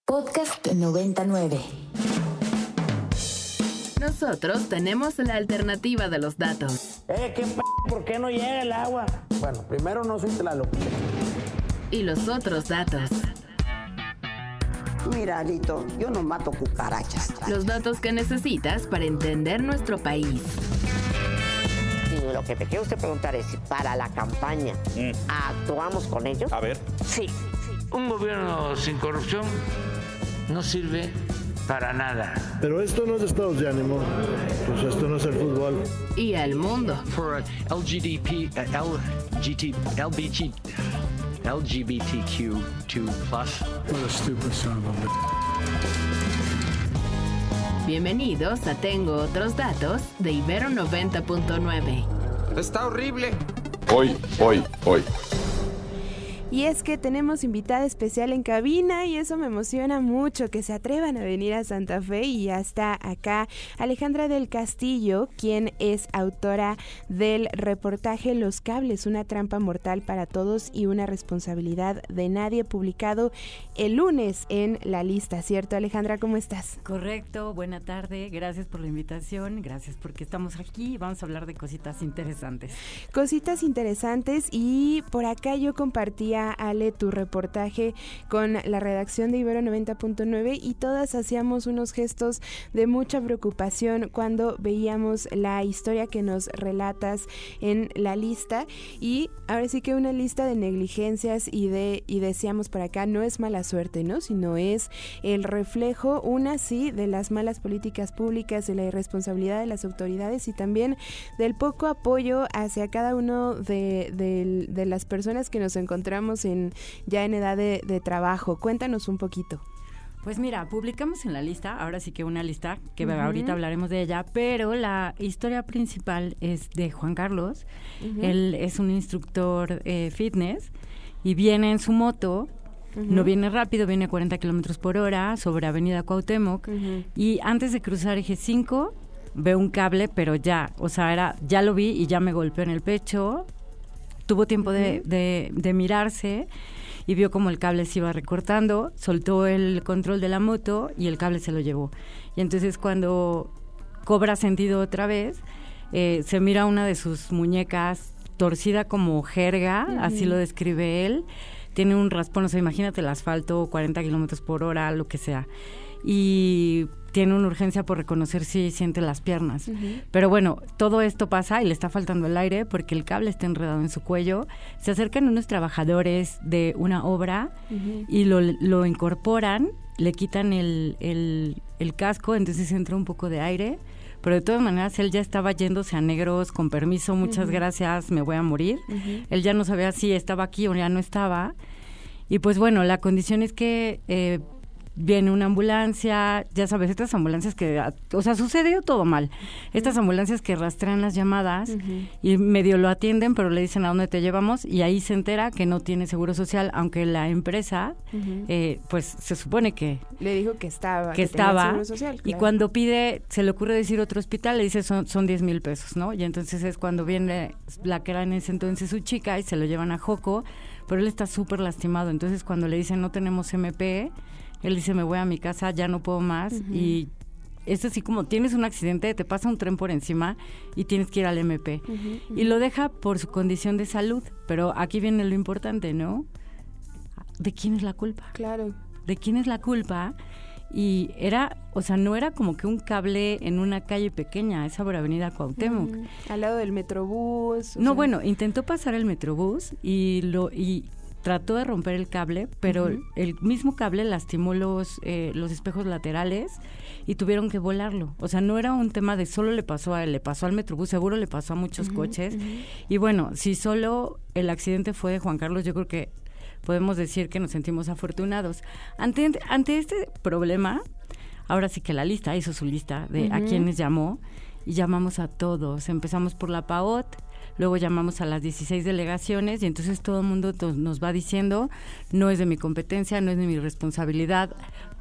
Podcast 99. Nosotros tenemos la alternativa de los datos. ¿Por qué no llega el agua? Bueno, primero no soy Tlaloc. Y los otros datos. Mira, Alito, yo no mato cucarachas. Los datos que necesitas para entender nuestro país. Y lo que te quiero usted preguntar es si para la campaña actuamos con ellos. A ver. Sí. Un gobierno sin corrupción no sirve para nada. Pero esto no es estados de ánimo, pues esto no es el fútbol. Y al mundo. For LGBTQ2+. What a stupid son of a... Bienvenidos a Tengo Otros Datos de Ibero 90.9. Está horrible. Hoy. Y es que tenemos invitada especial en cabina y eso me emociona mucho, que se atrevan a venir a Santa Fe. Y ya está acá Alejandra del Castillo, quien es autora del reportaje Los Cables, una trampa mortal para todos y una responsabilidad de nadie, publicado el lunes en La Lista, ¿cierto, Alejandra? ¿Cómo estás? Correcto, buena tarde, gracias por la invitación, gracias porque estamos aquí, vamos a hablar de cositas interesantes. Cositas interesantes, y por acá yo compartía, Ale, tu reportaje con la redacción de Ibero 90.9 y todas hacíamos unos gestos de mucha preocupación cuando veíamos la historia que nos relatas en La Lista. Y ahora sí que una lista de negligencias y decíamos por acá, no es mala suerte, ¿no? Sino es el reflejo, sí, de las malas políticas públicas, de la irresponsabilidad de las autoridades y también del poco apoyo hacia cada uno de las personas que nos encontramos ya en edad de trabajo. Cuéntanos un poquito. Pues mira, publicamos en La Lista, ahora sí que una lista, que ahorita hablaremos de ella, pero la historia principal es de Juan Carlos. Él es un instructor fitness y viene en su moto. No viene rápido, viene a 40 kilómetros por hora sobre Avenida Cuauhtémoc, y antes de cruzar eje 5 ve un cable, pero ya lo vi y ya me golpeó en el pecho. Tuvo tiempo de mirarse y vio como el cable se iba recortando, soltó el control de la moto y el cable se lo llevó. Y entonces cuando cobra sentido otra vez, se mira una de sus muñecas torcida como jerga, así lo describe él. Tiene un raspón, imagínate el asfalto, 40 kilómetros por hora, lo que sea. Y tiene una urgencia por reconocer si siente las piernas. Pero bueno, todo esto pasa y le está faltando el aire porque el cable está enredado en su cuello. Se acercan unos trabajadores de una obra y lo incorporan, le quitan el casco, entonces entra un poco de aire. Pero de todas maneras él ya estaba yéndose a negros, con permiso, muchas gracias, me voy a morir. Él ya no sabía si estaba aquí o ya no estaba. Y pues bueno, la condición es que viene una ambulancia, ya sabes, estas ambulancias que, sucedió todo mal. Estas ambulancias que rastrean las llamadas y medio lo atienden, pero le dicen a dónde te llevamos, y ahí se entera que no tiene seguro social, aunque la empresa, pues se supone que le dijo que estaba seguro social, claro. Y cuando pide, se le ocurre decir otro hospital, le dice son 10,000 pesos, ¿no? Y entonces es cuando viene la que era en ese entonces su chica y se lo llevan a Joco, pero él está súper lastimado. Entonces cuando le dicen no tenemos MP, él dice, me voy a mi casa, ya no puedo más. Y es así como tienes un accidente, te pasa un tren por encima y tienes que ir al MP. Y lo deja por su condición de salud. Pero aquí viene lo importante, ¿no? ¿De quién es la culpa? Claro. ¿De quién es la culpa? Y no era como que un cable en una calle pequeña, esa por Avenida Cuauhtémoc. Al lado del Metrobús. Bueno, intentó pasar el Metrobús y trató de romper el cable, pero el mismo cable lastimó los espejos laterales y tuvieron que volarlo. No era un tema de solo le pasó a él, le pasó al Metrobús, seguro le pasó a muchos coches. Y bueno, si solo el accidente fue de Juan Carlos, yo creo que podemos decir que nos sentimos afortunados. Ante este problema, ahora sí que La Lista hizo su lista de a quienes llamó, y llamamos a todos. Empezamos por la PAOT, luego llamamos a las 16 delegaciones y entonces todo el mundo nos va diciendo, no es de mi competencia, no es de mi responsabilidad.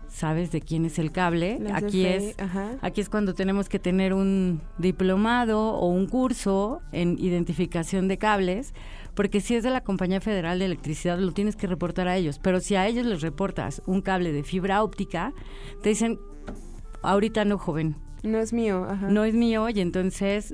sabes de quién es el cable. Las Aquí CFE, aquí es cuando tenemos que tener un diplomado o un curso en identificación de cables, porque si es de la Compañía Federal de Electricidad lo tienes que reportar a ellos, pero si a ellos les reportas un cable de fibra óptica, te dicen, ahorita no, joven. No es mío. No es mío, y entonces,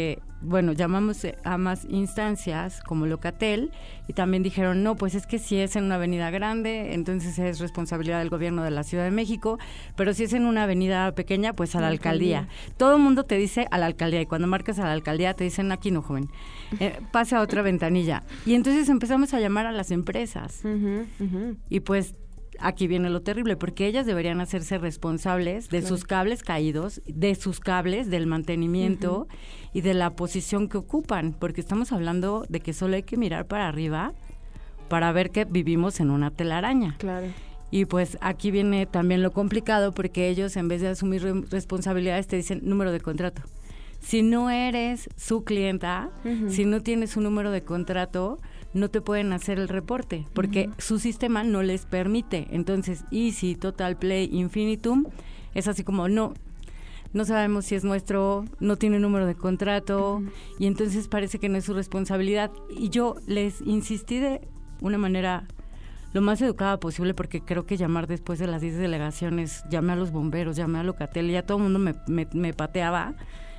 llamamos a más instancias como Locatel y también dijeron, no, pues es que si es en una avenida grande, entonces es responsabilidad del gobierno de la Ciudad de México, pero si es en una avenida pequeña, pues a la alcaldía. Todo el mundo te dice a la alcaldía, y cuando marcas a la alcaldía te dicen, aquí no, joven, pasa a otra ventanilla. Y entonces empezamos a llamar a las empresas. Y pues aquí viene lo terrible, porque ellas deberían hacerse responsables de sus cables caídos, de sus cables, del mantenimiento y de la posición que ocupan, porque estamos hablando de que solo hay que mirar para arriba para ver que vivimos en una telaraña. Claro. Y pues aquí viene también lo complicado, porque ellos, en vez de asumir responsabilidades, te dicen número de contrato. Si no eres su clienta, si no tienes un número de contrato, no te pueden hacer el reporte, porque su sistema no les permite. Entonces, Easy, Total Play, Infinitum, es así como, no sabemos si es nuestro, no tiene número de contrato, y entonces parece que no es su responsabilidad. Y yo les insistí de una manera lo más educada posible, porque creo que llamar después de las 10 delegaciones, llamé a los bomberos, llamé a Locatel, y ya todo el mundo me pateaba,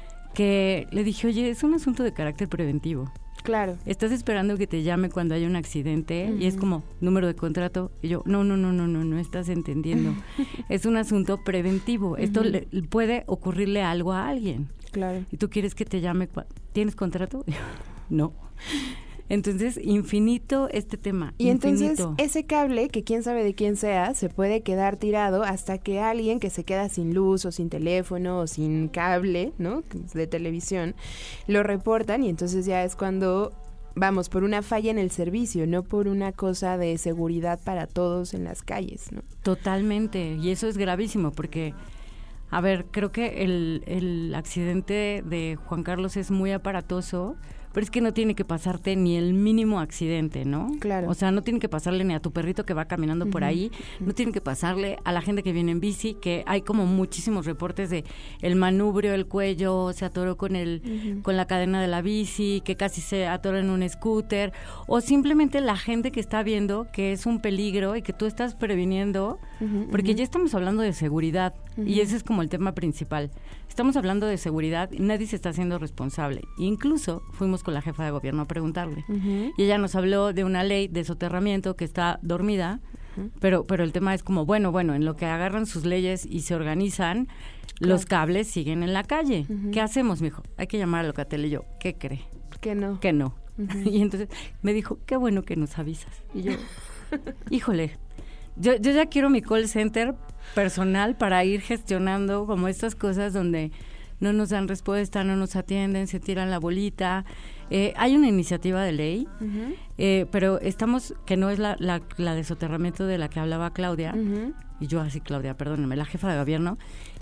que le dije, oye, es un asunto de carácter preventivo. Claro. Estás esperando que te llame cuando haya un accidente y es como número de contrato. Y yo, no estás entendiendo. Es un asunto preventivo. Esto puede ocurrirle algo a alguien. Claro. Y tú quieres que te llame. ¿Tienes contrato? No. Entonces, infinito este tema. Y infinito. Entonces, ese cable, que quién sabe de quién sea, se puede quedar tirado hasta que alguien que se queda sin luz o sin teléfono o sin cable, ¿no?, de televisión, lo reportan, y entonces ya es cuando vamos por una falla en el servicio, no por una cosa de seguridad para todos en las calles, ¿no? Totalmente, y eso es gravísimo, porque, a ver, creo que el accidente de Juan Carlos es muy aparatoso, pero es que no tiene que pasarte ni el mínimo accidente, ¿no? Claro. O sea, no tiene que pasarle ni a tu perrito que va caminando por ahí, no tiene que pasarle a la gente que viene en bici, que hay como muchísimos reportes de el manubrio, el cuello, se atoró con con la cadena de la bici, que casi se atoró en un scooter, o simplemente la gente que está viendo que es un peligro y que tú estás previniendo, porque ya estamos hablando de seguridad, y ese es como el tema principal. Estamos hablando de seguridad y nadie se está haciendo responsable. Incluso fuimos con la jefa de gobierno a preguntarle. Y ella nos habló de una ley de soterramiento que está dormida, pero el tema es como, bueno, en lo que agarran sus leyes y se organizan, los cables siguen en la calle. ¿Qué hacemos, mijo? Hay que llamar a Locatel. Y yo, ¿qué cree? Que no. Que no. Y entonces me dijo, qué bueno que nos avisas. Y yo, híjole, yo ya quiero mi call center personal para ir gestionando como estas cosas donde no nos dan respuesta, no nos atienden, se tiran la bolita. Hay una iniciativa de ley, pero estamos, que no es la de soterramiento de la que hablaba Claudia, y yo así, Claudia, perdónenme, la jefa de gobierno,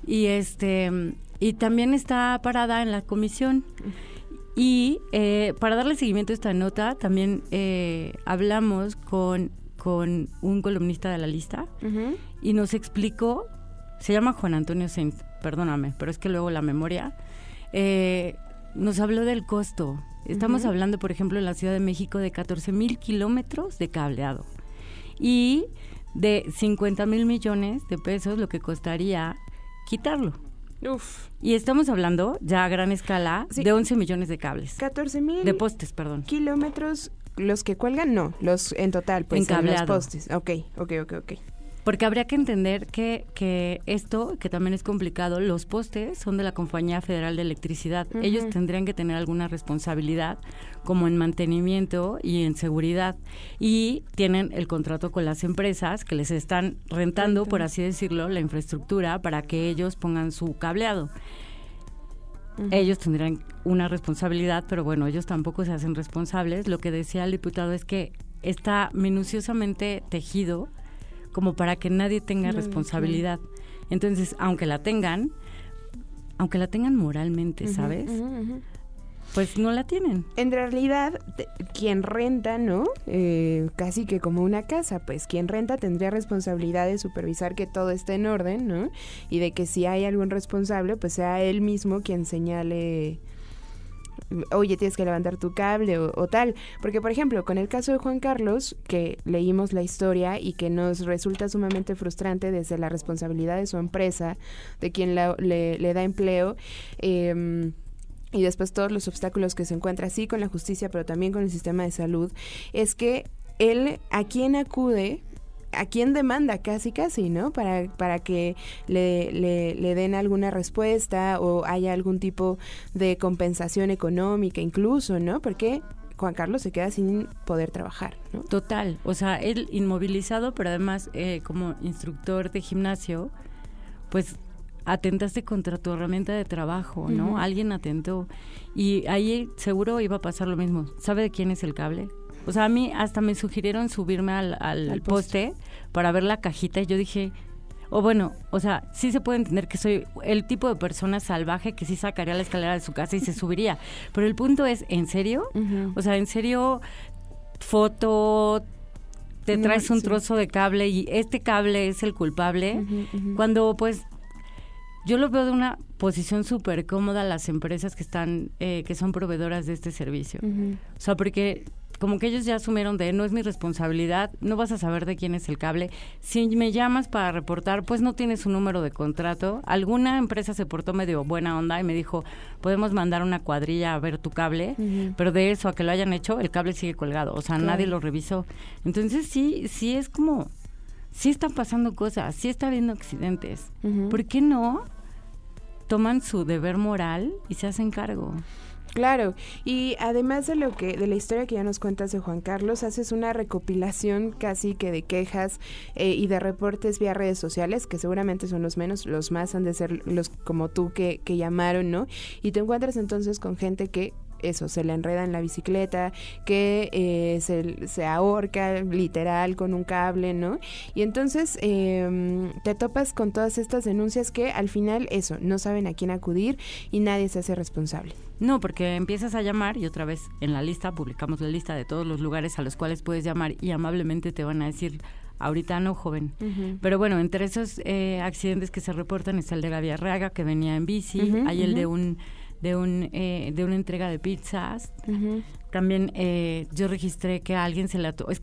y también está parada en la comisión. Y para darle seguimiento a esta nota, también hablamos con un columnista de La Lista, y nos explicó, se llama Juan Antonio Sainz, perdóname, pero es que luego la memoria, nos habló del costo. Estamos hablando, por ejemplo, en la Ciudad de México de 14,000 kilómetros de cableado y de 50,000 millones de pesos lo que costaría quitarlo. Uf. Y estamos hablando ya a gran escala de 11 millones de cables. 14,000 de postes, perdón. Kilómetros, los que cuelgan, no, los en total, pues en los postes. Ok. Porque habría que entender que esto, que también es complicado, los postes son de la Compañía Federal de Electricidad. Ellos tendrían que tener alguna responsabilidad como en mantenimiento y en seguridad. Y tienen el contrato con las empresas que les están rentando, por así decirlo, la infraestructura para que ellos pongan su cableado. Ellos tendrán una responsabilidad, pero bueno, ellos tampoco se hacen responsables. Lo que decía el diputado es que está minuciosamente tejido como para que nadie tenga responsabilidad. Entonces, aunque la tengan moralmente, ¿sabes? pues no la tienen. En realidad, quien renta, ¿no? Casi que como una casa, pues quien renta tendría responsabilidad de supervisar que todo esté en orden, ¿no? Y de que si hay algún responsable, pues sea él mismo quien señale, oye, tienes que levantar tu cable o tal. Porque, por ejemplo, con el caso de Juan Carlos, que leímos la historia y que nos resulta sumamente frustrante desde la responsabilidad de su empresa, de quien le da empleo, y después todos los obstáculos que se encuentra, sí con la justicia, pero también con el sistema de salud, es que él, ¿a quién acude? ¿A quién demanda? Casi, ¿no? Para que le den alguna respuesta o haya algún tipo de compensación económica incluso, ¿no? Porque Juan Carlos se queda sin poder trabajar, ¿no? Total, o sea, él inmovilizado, pero además como instructor de gimnasio, pues atentaste contra tu herramienta de trabajo, ¿no? Alguien atentó y ahí seguro iba a pasar lo mismo. ¿Sabe de quién es el cable? O sea, a mí hasta me sugirieron subirme al poste para ver la cajita y yo dije, o sea, sí se puede entender que soy el tipo de persona salvaje que sí sacaría la escalera de su casa y se subiría, pero el punto es, ¿en serio? O sea, ¿en serio foto, te traes un trozo de cable y este cable es el culpable? Cuando pues yo lo veo de una posición súper cómoda las empresas que están, que son proveedoras de este servicio. O sea, porque como que ellos ya asumieron de no es mi responsabilidad, no vas a saber de quién es el cable. Si me llamas para reportar, pues no tienes un número de contrato. Alguna empresa se portó medio buena onda y me dijo, podemos mandar una cuadrilla a ver tu cable, pero de eso a que lo hayan hecho, el cable sigue colgado. O sea, nadie lo revisó. Entonces sí es como, sí están pasando cosas, sí está habiendo accidentes. ¿Por qué no toman su deber moral y se hacen cargo? Claro, y además de la historia que ya nos cuentas de Juan Carlos, haces una recopilación casi que de quejas y de reportes vía redes sociales, que seguramente son los menos, los más han de ser los como tú que llamaron, ¿no? Y te encuentras entonces con gente que eso, se le enreda en la bicicleta, que se ahorca literal con un cable, ¿no? Y entonces te topas con todas estas denuncias que al final eso, no saben a quién acudir y nadie se hace responsable. No, porque empiezas a llamar y otra vez en la lista, publicamos la lista de todos los lugares a los cuales puedes llamar y amablemente te van a decir, ahorita no, joven. Pero bueno, entre esos accidentes que se reportan está el de Gaby Arriaga, que venía en bici, hay el de una entrega de pizzas. También yo registré que a alguien se le atoró,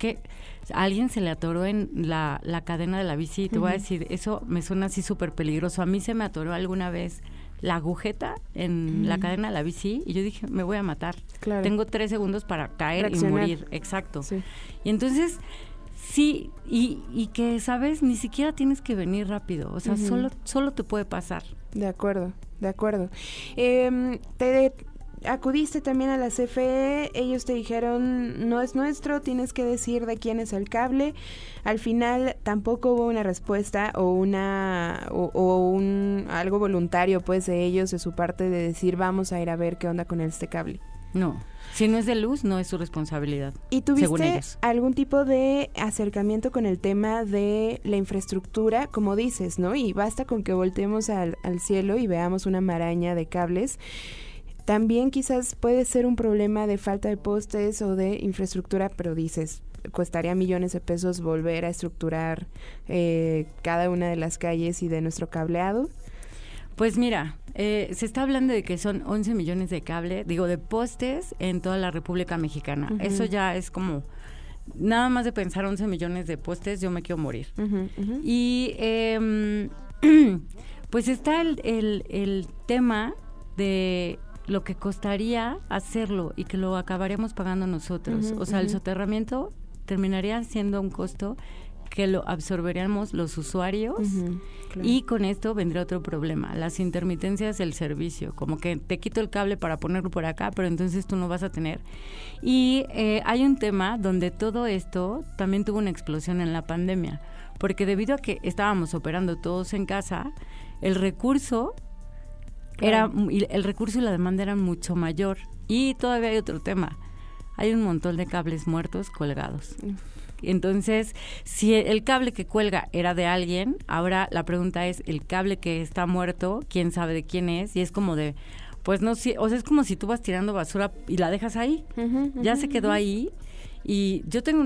en la cadena de la bici. Te voy a decir, eso me suena así súper peligroso. A mí se me atoró alguna vez la agujeta en la cadena de la bici y yo dije, me voy a matar. Claro. Tengo 3 segundos para caer y morir. Exacto. Sí. Y entonces, sí, y que, ¿sabes? Ni siquiera tienes que venir rápido. O sea, solo te puede pasar. De acuerdo. Acudiste también a la CFE, ellos te dijeron, no es nuestro, tienes que decir de quién es el cable. Al final tampoco hubo una respuesta o algo voluntario pues de ellos, de su parte, de decir vamos a ir a ver qué onda con este cable. No, si no es de luz, no es su responsabilidad. ¿Y tuviste algún tipo de acercamiento con el tema de la infraestructura, como dices, ¿no? Y basta con que volteemos al cielo y veamos una maraña de cables. También quizás puede ser un problema de falta de postes o de infraestructura, pero dices, costaría millones de pesos volver a estructurar cada una de las calles y de nuestro cableado. Pues mira, se está hablando de que son 11 millones de postes en toda la República Mexicana. Eso ya es como, nada más de pensar 11 millones de postes, yo me quiero morir. Y pues está el tema de lo que costaría hacerlo y que lo acabaríamos pagando nosotros. O sea, el soterramiento terminaría siendo un costo que lo absorberíamos los usuarios. Claro. Y con esto vendría otro problema, las intermitencias del servicio, como que te quito el cable para ponerlo por acá, pero entonces tú no vas a tener. Y hay un tema donde todo esto también tuvo una explosión en la pandemia, porque debido a que estábamos operando todos en casa, el recurso y la demanda eran mucho mayor. Y todavía hay otro tema, hay un montón de cables muertos colgados. Entonces, si el cable que cuelga era de alguien, ahora la pregunta es, el cable que está muerto, ¿quién sabe de quién es? Y es como de, pues no sé, o sea, es como si tú vas tirando basura y la dejas ahí. Ya se quedó ahí. Y yo tengo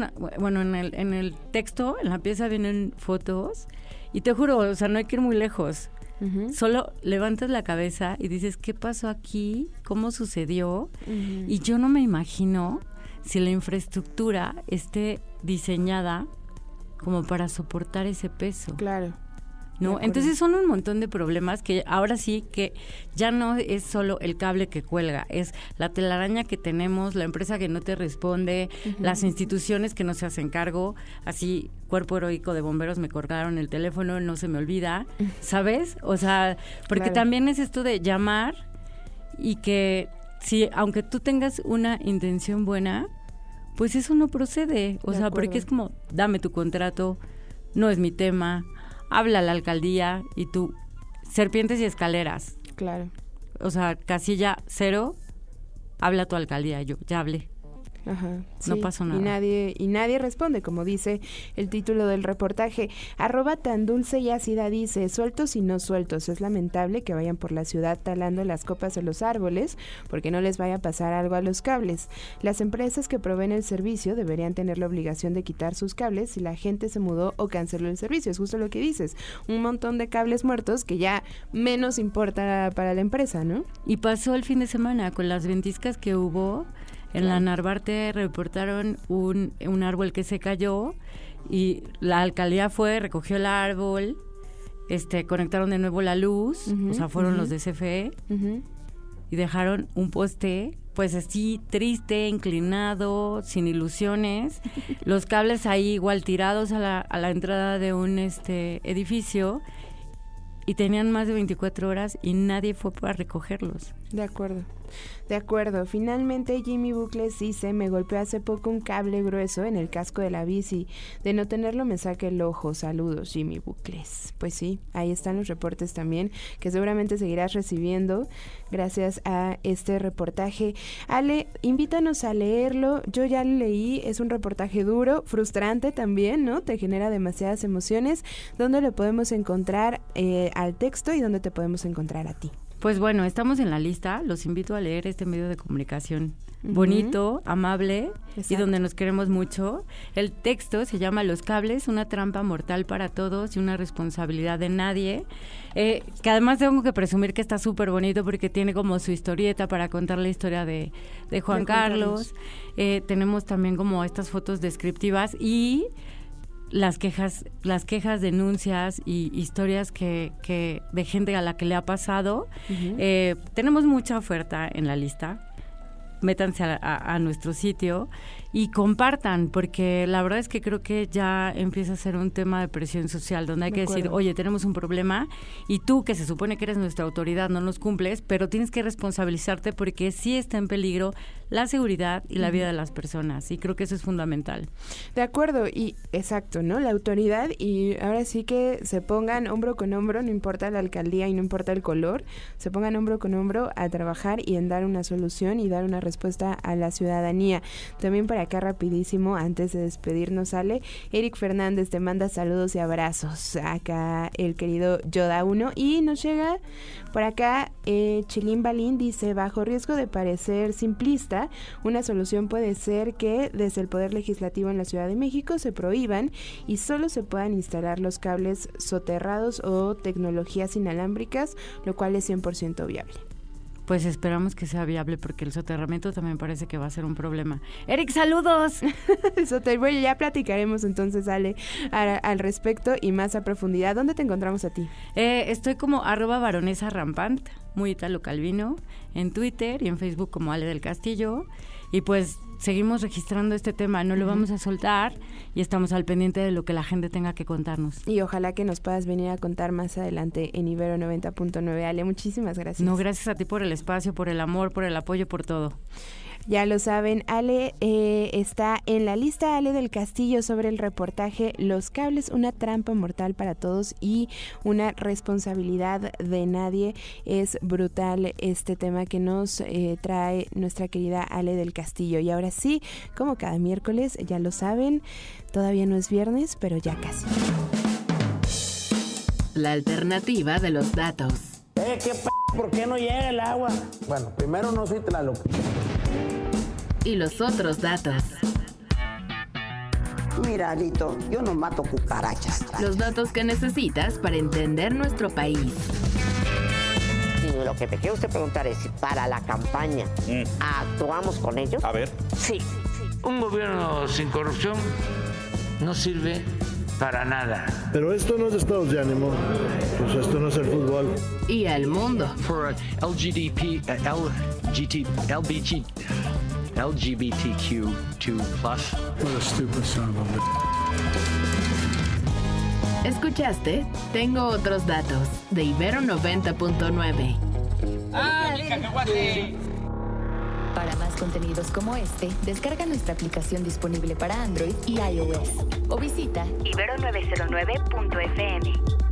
en el texto, en la pieza vienen fotos y te juro, o sea, no hay que ir muy lejos. Solo levantas la cabeza y dices, ¿qué pasó aquí? ¿Cómo sucedió? Y yo no me imagino si la infraestructura esté diseñada como para soportar ese peso. Claro. ¿No? Entonces son un montón de problemas que ahora sí que ya no es solo el cable que cuelga, es la telaraña que tenemos, la empresa que no te responde, las instituciones que no se hacen cargo. Así, Cuerpo Heroico de Bomberos me colgaron el teléfono, no se me olvida, ¿sabes? O sea, porque también es esto de llamar y que si, aunque tú tengas una intención buena, pues eso no procede. O sea, porque es como, dame tu contrato, no es mi tema, habla a la alcaldía y tú, serpientes y escaleras. Claro. O sea, casilla 0, habla a tu alcaldía. Yo ya hablé. Ajá, no pasó nada. Y nadie responde, como dice el título del reportaje. @tan dulce y ácida dice, sueltos y no sueltos. Es lamentable que vayan por la ciudad talando las copas de los árboles porque no les vaya a pasar algo a los cables. Las empresas que proveen el servicio deberían tener la obligación de quitar sus cables si la gente se mudó o canceló el servicio. Es justo lo que dices. Un montón de cables muertos que ya menos importa para la empresa, ¿no? Y pasó el fin de semana con las ventiscas que hubo. En la Narvarte reportaron un árbol que se cayó y la alcaldía fue, recogió el árbol, conectaron de nuevo la luz, o sea, fueron los de CFE y dejaron un poste, pues así, triste, inclinado, sin ilusiones, los cables ahí igual tirados a la entrada de un edificio y tenían más de 24 horas y nadie fue para recogerlos. De acuerdo. Finalmente Jimmy Bucles dice, me golpeó hace poco un cable grueso en el casco de la bici. De no tenerlo me saca el ojo. Saludos, Jimmy Bucles. Pues sí, ahí están los reportes también, que seguramente seguirás recibiendo gracias a este reportaje. Ale, invítanos a leerlo. Yo ya lo leí, es un reportaje duro, frustrante también, ¿no? Te genera demasiadas emociones. ¿Dónde lo podemos encontrar al texto y dónde te podemos encontrar a ti? Pues bueno, estamos en la lista, los invito a leer este medio de comunicación bonito, amable. Exacto. Y donde nos queremos mucho. El texto se llama Los cables, una trampa mortal para todos y una responsabilidad de nadie, que además tengo que presumir que está súper bonito porque tiene como su historieta para contar la historia de Juan Carlos. Tenemos también como estas fotos descriptivas y las quejas, denuncias y historias que de gente a la que le ha pasado. Tenemos mucha oferta en la lista. Métanse a nuestro sitio y compartan, porque la verdad es que creo que ya empieza a ser un tema de presión social, donde hay que decir, oye, tenemos un problema y tú, que se supone que eres nuestra autoridad, no nos cumples, pero tienes que responsabilizarte porque sí está en peligro la seguridad y la vida de las personas, y creo que eso es fundamental. De acuerdo, y exacto, ¿no? La autoridad, y ahora sí que se pongan hombro con hombro, no importa la alcaldía y no importa el color, se pongan hombro con hombro a trabajar y en dar una solución y dar una respuesta a la ciudadanía. También para acá rapidísimo, antes de despedirnos, Ale, Eric Fernández te manda saludos y abrazos, acá el querido Yoda 1, y nos llega por acá Chilín Balín, dice, bajo riesgo de parecer simplista, una solución puede ser que desde el Poder Legislativo en la Ciudad de México se prohíban y solo se puedan instalar los cables soterrados o tecnologías inalámbricas, lo cual es 100% viable. Pues esperamos que sea viable porque el soterramiento también parece que va a ser un problema. Eric, saludos. Bueno, ya platicaremos entonces, Ale, al respecto y más a profundidad. ¿Dónde te encontramos a ti? Estoy como @baronesa_rampant, muy Italo Calvino, en Twitter y en Facebook como Ale del Castillo. Y pues seguimos registrando este tema, no lo vamos a soltar y estamos al pendiente de lo que la gente tenga que contarnos. Y ojalá que nos puedas venir a contar más adelante en Ibero 90.9. Ale, muchísimas gracias. No, gracias a ti por el espacio, por el amor, por el apoyo, por todo. Ya lo saben, Ale está en la lista, Ale del Castillo, sobre el reportaje Los cables, una trampa mortal para todos y una responsabilidad de nadie. Es brutal este tema que nos trae nuestra querida Ale del Castillo. Y ahora sí, como cada miércoles, ya lo saben, todavía no es viernes, pero ya casi. La alternativa de los datos. ¿Qué ¿Por qué no llega el agua? Bueno, primero no soy Tlaloc. Y los otros datos. Mira, Alito, yo no mato cucarachas. Los datos que necesitas para entender nuestro país. Y lo que me quiere usted preguntar es si para la campaña actuamos con ellos. A ver. Sí. Un gobierno sin corrupción no sirve para nada. Pero esto no es estados de ánimo, pues esto no es el fútbol. Y al mundo. For LGBTQ2+. What a stupid son of a bitch. ¿Escuchaste? Tengo otros datos de Ibero 90.9. Para más contenidos como este, descarga nuestra aplicación disponible para Android y iOS o visita ibero909.fm.